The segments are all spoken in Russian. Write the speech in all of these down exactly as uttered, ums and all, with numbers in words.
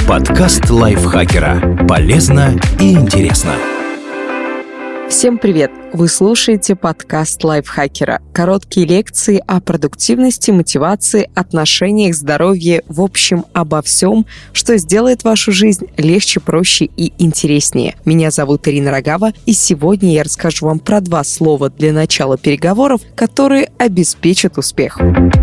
Подкаст лайфхакера. Полезно и интересно. Всем привет! Вы слушаете подкаст лайфхакера. Короткие лекции о продуктивности, мотивации, отношениях, здоровье, в общем, обо всем, что сделает вашу жизнь легче, проще и интереснее. Меня зовут Ирина Рогава, и сегодня я расскажу вам про два слова для начала переговоров, которые обеспечат успех.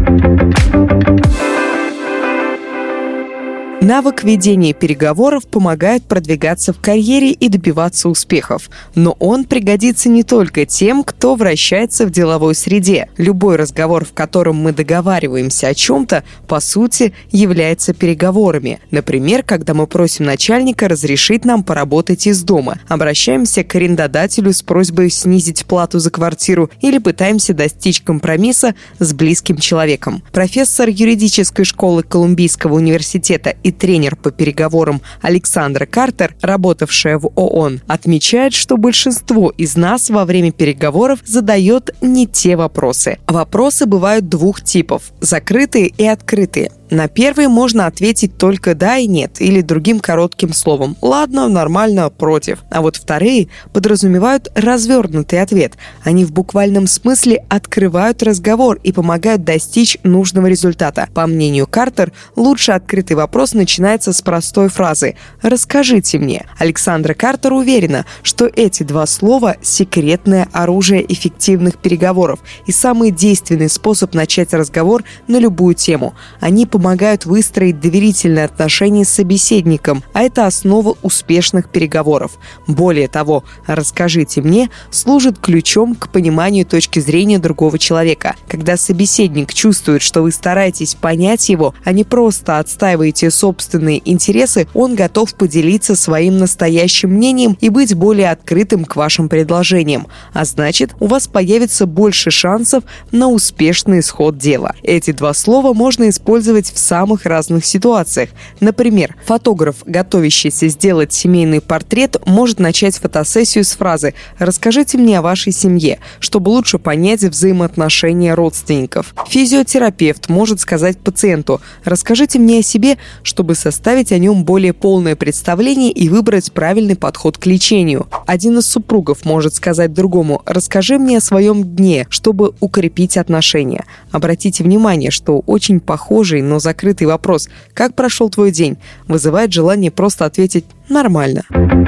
Навык ведения переговоров помогает продвигаться в карьере и добиваться успехов. Но он пригодится не только тем, кто вращается в деловой среде. Любой разговор, в котором мы договариваемся о чем-то, по сути, является переговорами. Например, когда мы просим начальника разрешить нам поработать из дома, обращаемся к арендодателю с просьбой снизить плату за квартиру или пытаемся достичь компромисса с близким человеком. Профессор юридической школы Колумбийского университета и тренер по переговорам Александра Картер, работавшая в ООН, отмечает, что большинство из нас во время переговоров задает не те вопросы. Вопросы бывают двух типов – закрытые и открытые. На первый можно ответить только «да» и «нет» или другим коротким словом «ладно», «нормально», «против». А вот вторые подразумевают развернутый ответ. Они в буквальном смысле открывают разговор и помогают достичь нужного результата. По мнению Картер, лучше открытый вопрос начинается с простой фразы «расскажите мне». Александра Картер уверена, что эти два слова – секретное оружие эффективных переговоров и самый действенный способ начать разговор на любую тему. Они помогают помогают выстроить доверительные отношения с собеседником, а это основа успешных переговоров. Более того, «расскажите мне» служит ключом к пониманию точки зрения другого человека. Когда собеседник чувствует, что вы стараетесь понять его, а не просто отстаиваете собственные интересы, он готов поделиться своим настоящим мнением и быть более открытым к вашим предложениям. А значит, у вас появится больше шансов на успешный исход дела. Эти два слова можно использовать в самых разных ситуациях. Например, фотограф, готовящийся сделать семейный портрет, может начать фотосессию с фразы «расскажите мне о вашей семье», чтобы лучше понять взаимоотношения родственников. Физиотерапевт может сказать пациенту «расскажите мне о себе», чтобы составить о нем более полное представление и выбрать правильный подход к лечению. Один из супругов может сказать другому «расскажи мне о своем дне», чтобы укрепить отношения. Обратите внимание, что очень похожий, но закрытый вопрос «как прошел твой день?» вызывает желание просто ответить «нормально».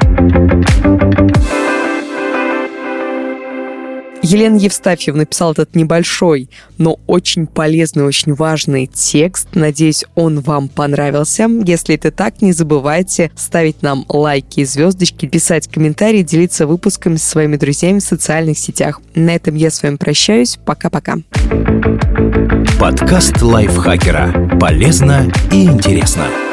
Елена Евстафьева написала этот небольшой, но очень полезный, очень важный текст. Надеюсь, он вам понравился. Если это так, не забывайте ставить нам лайки и звездочки, писать комментарии, делиться выпусками со своими друзьями в социальных сетях. На этом я с вами прощаюсь. Пока-пока. Подкаст лайфхакера. Полезно и интересно.